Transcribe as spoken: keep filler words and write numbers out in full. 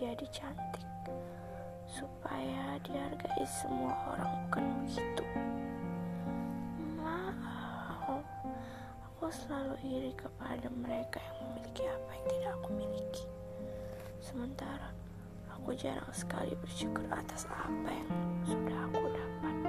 menjadi cantik, supaya dihargai semua orang, bukan begitu? Maaf, aku selalu iri kepada mereka yang memiliki apa yang tidak aku miliki. Sementara aku jarang sekali bersyukur atas apa yang sudah aku dapat.